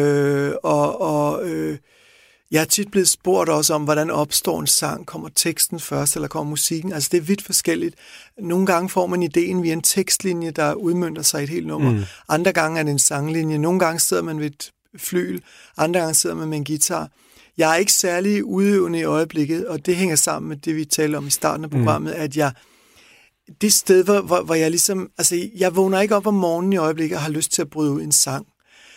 jeg er tit blevet spurgt også om, hvordan opstår en sang. Kommer teksten først, eller kommer musikken? Altså, det er vidt forskelligt. Nogle gange får man ideen via en tekstlinje, der udmønter sig i et helt nummer. Andre gange er det en sanglinje. Nogle gange sidder man ved et flygel. Andre gange sidder man med en guitar. Jeg er ikke særlig udøvende i øjeblikket, og det hænger sammen med det, vi talte om i starten af programmet, at det sted, hvor jeg ligesom... Altså, jeg vågner ikke op om morgenen i øjeblikket og har lyst til at bryde ud en sang.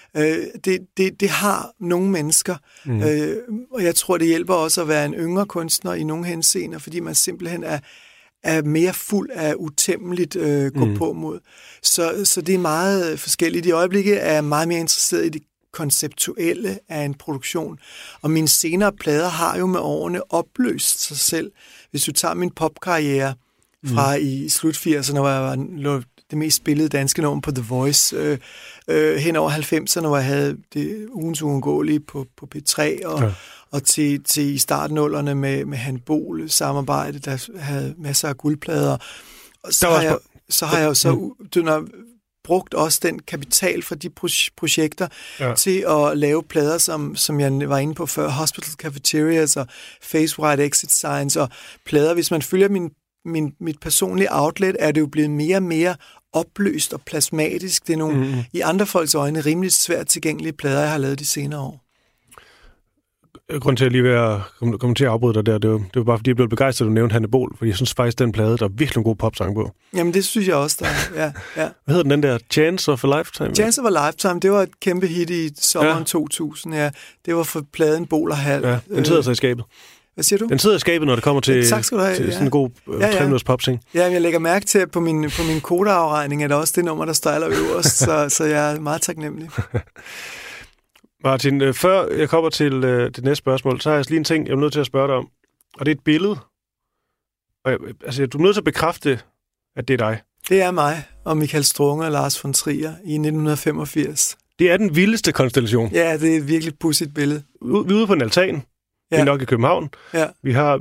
Det har nogle mennesker, og jeg tror, det hjælper også at være en yngre kunstner i nogle henseender, fordi man simpelthen er mere fuld af utæmmeligt gå på mod. Så det er meget forskelligt. I øjeblikket er jeg meget mere interesseret i det konceptuelle af en produktion, og mine senere plader har jo med årene opløst sig selv. Hvis du tager min popkarriere fra i slut 80'erne, hvor jeg var det mest spillede danske nummer på The Voice, hen over 90'erne, hvor jeg havde det ugens uundgåelige på P3, og til i startnullerne med Han Bol samarbejde, der havde masser af guldplader. Og så har jeg jo brugt også den kapital fra de projekter til at lave plader, som jeg var inde på før, Hospital Cafeterias og Face Wide Exit Signs, og plader, hvis man følger mit personlige outlet, er det jo blevet mere og mere opløst og plasmatisk. Det er nogle i andre folks øjne rimelig svært tilgængelige plader, jeg har lavet de senere år. Grunden til at lige være komme til at afbryde dig der, det var bare fordi, jeg blev begejstret, at du nævnte Han Bol, fordi jeg synes faktisk, den plade, der er virkelig en god popsang på. Jamen, det synes jeg også, der er. Ja. Hvad hedder den der? Chance of a Lifetime? Chance of a Lifetime, det var et kæmpe hit i sommeren 2000, ja. Det var for pladen Bol og Hal. Ja, den sidder så i skabet. Hvad siger du? Den sidder i skabet, når det kommer til sådan en god 3-minutters popsing. Ja, men jeg lægger mærke til, at på min kodeafregning er der også det nummer, der står allerøverst, så jeg er meget taknemmelig. Martin, før jeg kommer til det næste spørgsmål, så har jeg lige en ting, jeg er nødt til at spørge dig om. Og det er et billede. Og du er nødt til at bekræfte, at det er dig. Det er mig og Michael Strunge og Lars von Trier i 1985. Det er den vildeste konstellation. Ja, det er et virkelig pudsigt billede. Vi er ude på en altan. Vi er nok i København. Ja. Vi har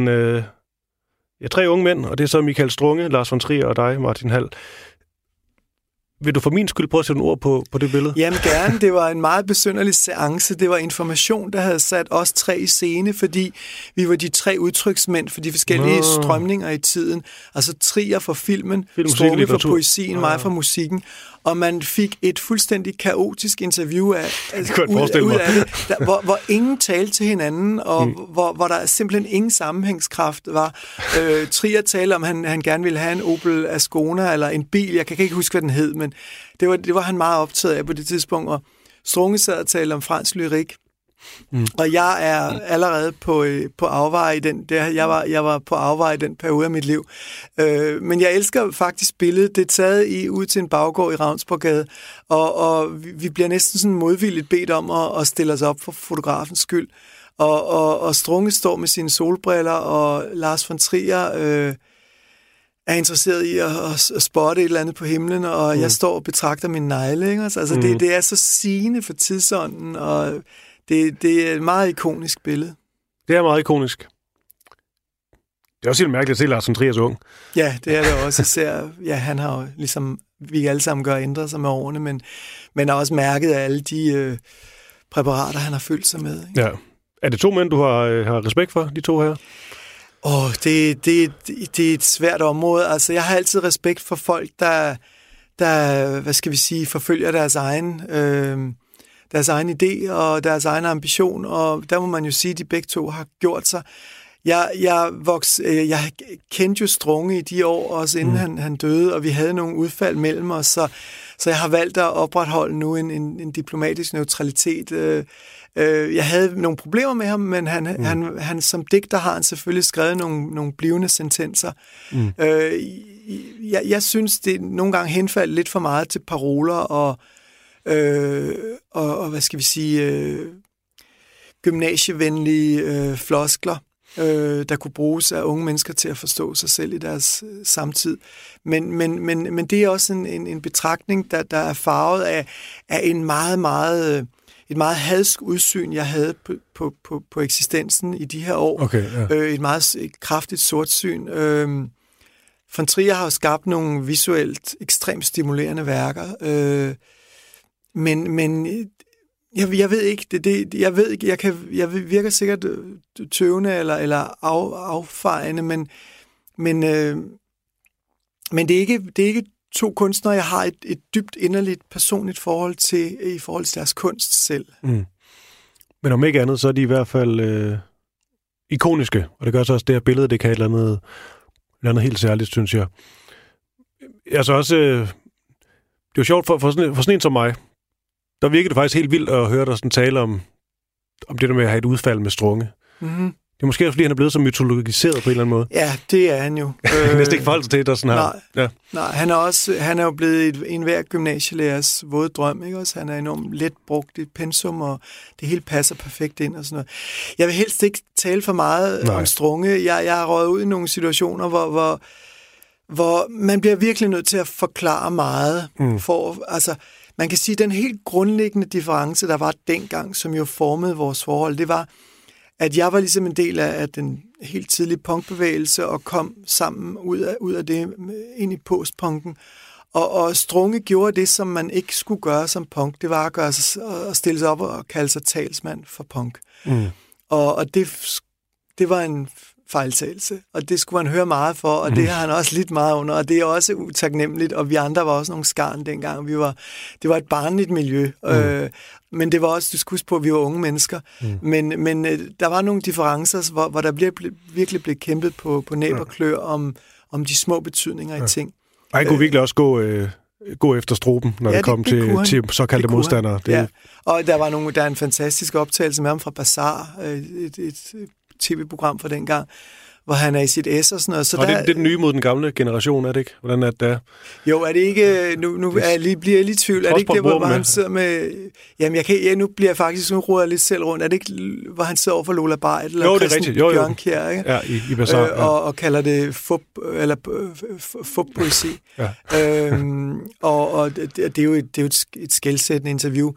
3 unge mænd, og det er så Michael Strunge, Lars von Trier og dig, Martin Hall. Vil du for min skyld prøve at sætte nogle ord på det billede? Jamen gerne. Det var en meget besynderlig seance. Det var Information, der havde sat os 3 i scene, fordi vi var de 3 udtryksmænd for de forskellige strømninger i tiden. Altså Trier for filmen, Strunge for poesien, mig for musikken. Og man fik et fuldstændig kaotisk interview ud af det, hvor ingen talte til hinanden, og hvor der simpelthen ingen sammenhængskraft var. Trier talte om, han gerne ville have en Opel Ascona, eller en bil, jeg kan ikke huske, hvad den hed, men det var han meget optaget af på det tidspunkt, og Strunge sad og talte om fransk lyrik. Og jeg er allerede på afveje i den der. Jeg var på afveje i den periode af mit liv. Men jeg elsker faktisk billedet. Det er taget ud til en baggård i Ravnsborggade, og vi bliver næsten sådan modvilligt bedt om at stille os op for fotografens skyld. Og Strunge står med sine solbriller, og Lars von Trier er interesseret i at spotte et eller andet på himlen, og jeg står og betragter min negle. Ikke? Altså, det er så sigende for tidsånden, og det er et meget ikonisk billede. Det er meget ikonisk. Det er også helt mærkeligt at se Lars von Trier så ung. Ja, det er det også. Især, han har jo, ligesom vi alle sammen gør, ændret sig med årene, men har også mærket alle de præparater, han har fyldt sig med. Ikke? Ja. Er det 2 mænd, du har respekt for, de 2 her? Det er et svært område. Altså, jeg har altid respekt for folk, der hvad skal vi sige, forfølger deres deres egen idé og deres egen ambition, og der må man jo sige, at de begge to har gjort sig. Jeg kendte jo Strunge i de år, også inden han døde, og vi havde nogle udfald mellem os, så jeg har valgt at opretholde nu en diplomatisk neutralitet. Jeg havde nogle problemer med ham, men han som digter har han selvfølgelig skrevet nogle blivende sentenser. Jeg synes, det nogle gange henfaldt lidt for meget til paroler og hvad skal vi sige, gymnasievenlige floskler, der kunne bruges af unge mennesker til at forstå sig selv i deres samtid. Men det er også en betragtning, der er farvet af en et meget hadsk udsyn, jeg havde på eksistensen i de her år. Okay, ja. Et meget kraftigt sortsyn. Von Trier har jo skabt nogle visuelt ekstremt stimulerende værker, men jeg ved ikke, jeg virker sikkert tøvende eller affejende, men det er ikke to kunstnere, jeg har et dybt inderligt personligt forhold til i forhold til deres kunst selv. Men om ikke andet, så er de i hvert fald ikoniske, og det gør så også det her billede, det kan et eller andet helt særligt, synes jeg. Altså også, det er jo sjovt for sådan en som mig, der virker det faktisk helt vildt at høre dig sådan tale om det der med at have et udfald med Strunge. Mm-hmm. Det er måske også, fordi han er blevet så mytologiseret på en eller anden måde. Ja, det er han jo. Næsten ikke forhold til det, der sådan her. Nej, han er jo blevet enhver gymnasielærers våde drøm, ikke også? Han er enormt let brugt i pensum, og det hele passer perfekt ind og sådan noget. Jeg vil helst ikke tale for meget om Strunge. Jeg har røget ud i nogle situationer, hvor man bliver virkelig nødt til at forklare meget. Man kan sige, at den helt grundlæggende difference, der var dengang, som jo formede vores forhold, det var, at jeg var ligesom en del af den helt tidlige punkbevægelse og kom sammen ud af det ind i postpunken. Og Strunge gjorde det, som man ikke skulle gøre som punk. Det var at stille sig op og kalde sig talsmand for punk. Og det var en fejltagelse, og det skulle man høre meget for, og det har han også lidt meget under, og det er også utaknemmeligt, og vi andre var også nogle skarn dengang. Det var et barnligt miljø, men det var også, du skal huske på, at vi var unge mennesker, men der var nogle differencer, hvor der virkelig blev kæmpet på næb og klør om de små betydninger i ting. Og han kunne virkelig også gå efter struben, når det kom til såkaldte modstandere. Ja. Og der er en fantastisk optagelse med ham fra Bazaar, et tv-program fra dengang, hvor han er i sit S og sådan noget. Så og det er den nye mod den gamle generation, er det ikke? Hvordan er det? Jo, er det ikke... Nu bliver jeg lidt i tvivl. Er det ikke det, hvor han sidder med... Jamen, nu bliver jeg faktisk... Nu roder jeg lidt selv rundt. Er det ikke, hvor han sidder over for Lola Bay eller jo, det er rigtigt. Jo. Bjørnkjær, ikke? Ja, i Bazaar. Og kalder det fup-poesi. Og det er jo et skelsættende interview.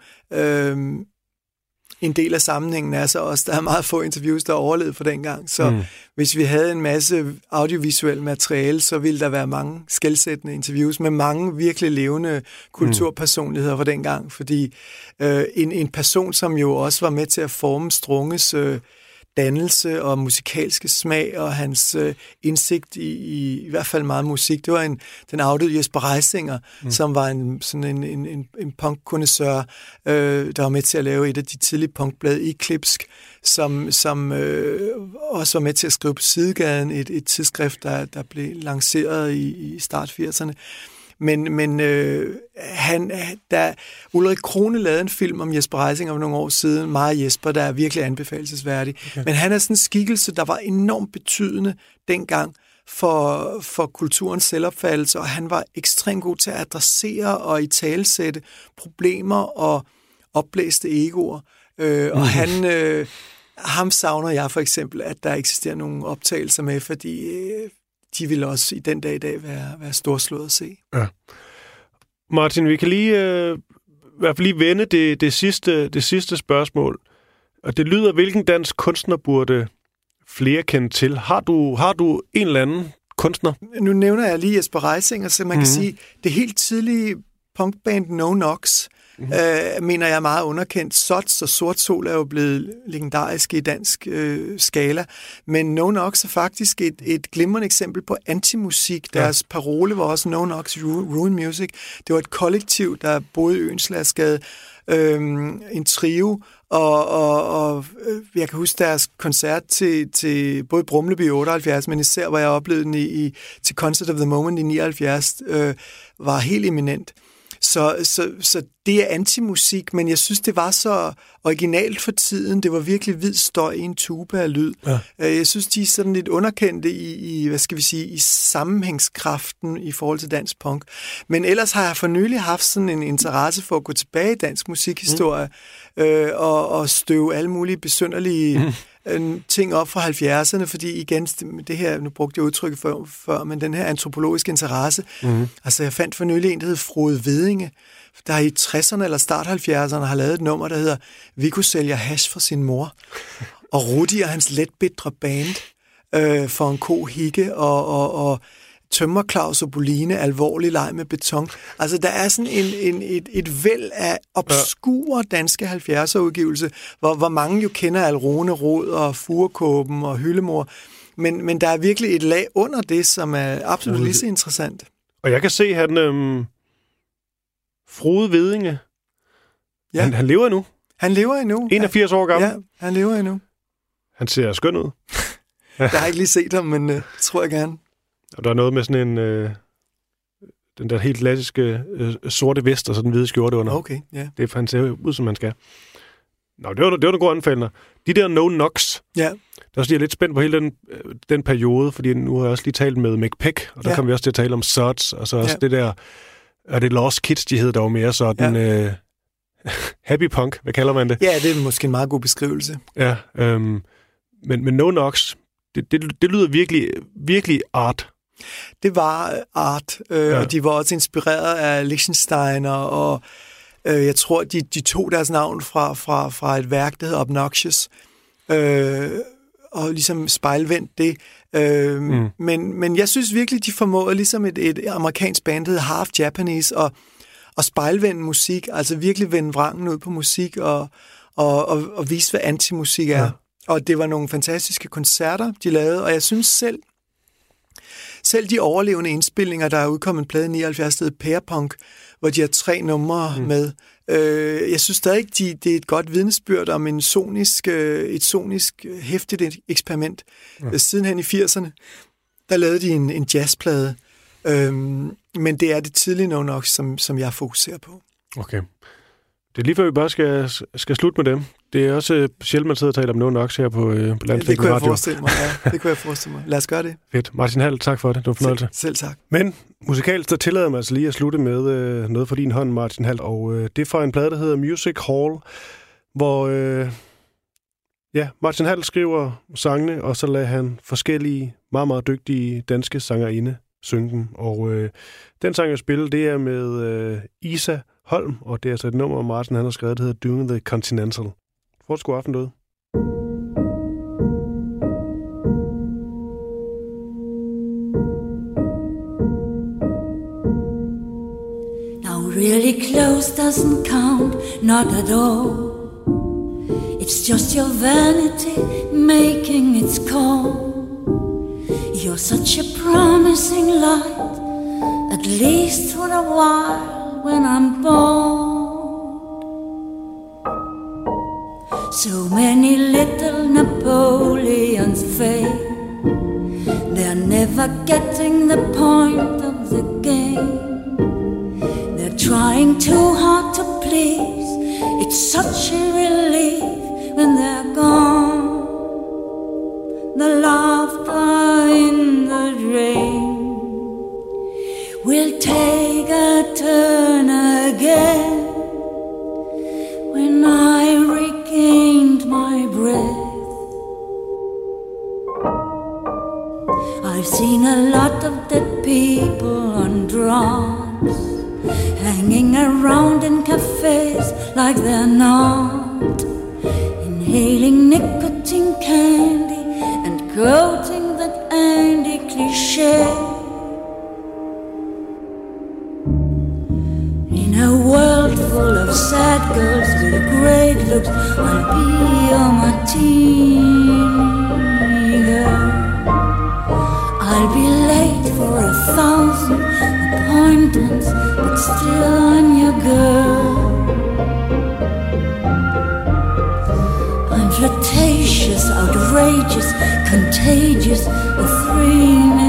En del af sammenhængen er så også, der er meget få interviews, der er overlevet for dengang. Så hvis vi havde en masse audiovisuelt materiale, så ville der være mange skelsættende interviews med mange virkelig levende kulturpersonligheder fra dengang. Fordi en person, som jo også var med til at forme Strunges dannelse og musikalske smag og hans indsigt i hvert fald meget musik. Det var den afdøde Jesper Reisinger, som var en punk-kondisseur, der var med til at lave et af de tidlige punkblade i Klipsk, som også var med til at skrive på Sidegaden, et tidsskrift, der blev lanceret i start 80'erne. Men da Ulrik Krone lavede en film om Jesper Reisinger for nogle år siden, meget Jesper, der er virkelig anbefalelsesværdig. Okay. Men han er sådan en skikkelse, der var enormt betydende dengang for kulturens selvopfattelse, og han var ekstremt god til at adressere og italesætte problemer og opblæste egoer. Og ham savner jeg for eksempel, at der eksisterer nogle optagelser med, fordi de vil også i den dag i dag være storslået at se. Ja. Martin, vi kan i hvert fald lige vende det sidste spørgsmål. Og det lyder, hvilken dansk kunstner burde flere kende til? Har du en eller anden kunstner? Nu nævner jeg lige Jesper Reisinger, så man kan sige, det helt tidlige punkband No Knox, mener jeg er meget underkendt. Sots og Sort Sol er jo blevet legendariske i dansk skala, men No Knox er faktisk et glimrende eksempel på antimusik. Deres parole var også No Knox Ruin Music. Det var et kollektiv, der boede i Øenslandsgade, en trio, og jeg kan huske deres koncert til både Brumleby i 78, men især hvor jeg oplevede den til Concert of the Moment i 79, var helt eminent. Så det er antimusik, men jeg synes, det var så originalt for tiden. Det var virkelig hvid støj i en tube af lyd. Ja. Jeg synes, de er sådan lidt underkendte i, hvad skal vi sige, i sammenhængskraften i forhold til dansk punk. Men ellers har jeg for nylig haft sådan en interesse for at gå tilbage i dansk musikhistorie og støve alle mulige besynderlige ting op fra 70'erne, fordi igen, det her, nu brugte jeg udtrykket før, men den her antropologiske interesse, altså jeg fandt for nylig en, der hed Frode Vedinge, der i 60'erne eller start 70'erne har lavet et nummer, der hedder Viggo sælger hash for sin mor, og Rudi og hans letbitre band for en ko hikke, og Tømmer Claus og Boline, alvorlig leg med beton. Altså, der er sådan et væld af obskure danske 70'er-udgivelse, hvor mange jo kender Alrone Rod og Furekåben og Hyllemor, men der er virkelig et lag under det, som er absolut lige så interessant. Og jeg kan se, at Frode Vedinge, han lever endnu. Han lever endnu. 81 år gammel. Ja, han lever endnu. Han ser skøn ud. Jeg har ikke lige set ham, men tror jeg gerne. Og der er noget med sådan en den der helt klassiske sorte vest og så den hvide skjorte under. Okay, ja. Det han ser ud, som man skal. Nå, det var nogle gode anbefalinger. De der No Knocks, der er jeg lidt spændt på hele den periode, fordi nu har jeg også lige talt med Mick Peck, og der kom vi også til at tale om Sods, og så også det der, er det Lost Kids, de hed dog mere sådan happy punk, hvad kalder man det? Ja, det er måske en meget god beskrivelse. Ja, men No Knocks, det lyder virkelig, virkelig art. Det var art, og de var også inspireret af Lichtenstein, og jeg tror, de tog deres navn fra et værk, der hedder Obnoxious, og ligesom spejlvendt det. Men jeg synes virkelig, de formåede ligesom et amerikansk band, der hedder Half Japanese, og spejlvende musik, altså virkelig vende vrangen ud på musik, og vise, hvad antimusik er. Ja. Og det var nogle fantastiske koncerter, de lavede, og jeg synes selv de overlevende indspilninger, der er udkommet en plade i 79, der hedder Pærepunk, hvor de har 3 numre med. Jeg synes stadig, det er et godt vidnesbyrd om et sonisk hæftigt eksperiment. Sidenhen i 80'erne, der lavede de en jazzplade, men det er det tidlige No Knocks, som jeg fokuserer på. Okay. Det er lige før, vi bare skal slutte med dem. Det er også sjældent, man sidder og taler om No Knocks her på Landsdækkende Radio. Det kunne jeg forestille mig. Lad os gøre det. Fedt. Martin Hall, tak for det. Det var en fornøjelse. Selv tak. Men musikalsk, der tillader mig altså lige at slutte med noget for din hånd, Martin Hall. Og det er fra en plade, der hedder Music Hall, hvor Martin Hall skriver sangene, og så lader han forskellige, meget, meget dygtige danske sangerinde synge dem. Og den sang, jeg spiller, det er med Isa Holm, og det er altså et nummer, Martin han har skrevet, der hedder Doing the Continental. Fortsat god aften derude. Now really close doesn't count, not at all. It's just your vanity making its call. You're such a promising light, at least for a while when I'm bored. So many little Napoleons fail. They're never getting the point of the game. They're trying too hard to please. It's such a relief when they're gone. The laughter in the rain will take a turn again when I regained my breath. I've seen a lot of dead people on drugs, hanging around in cafes like they're not, inhaling nicotine candy and quoting that Andy cliché. In a world full of sad girls with great looks, I'll be your martini girl. I'll be late for 1,000 appointments, but still I'm your girl. outrageous, contagious, a thrilling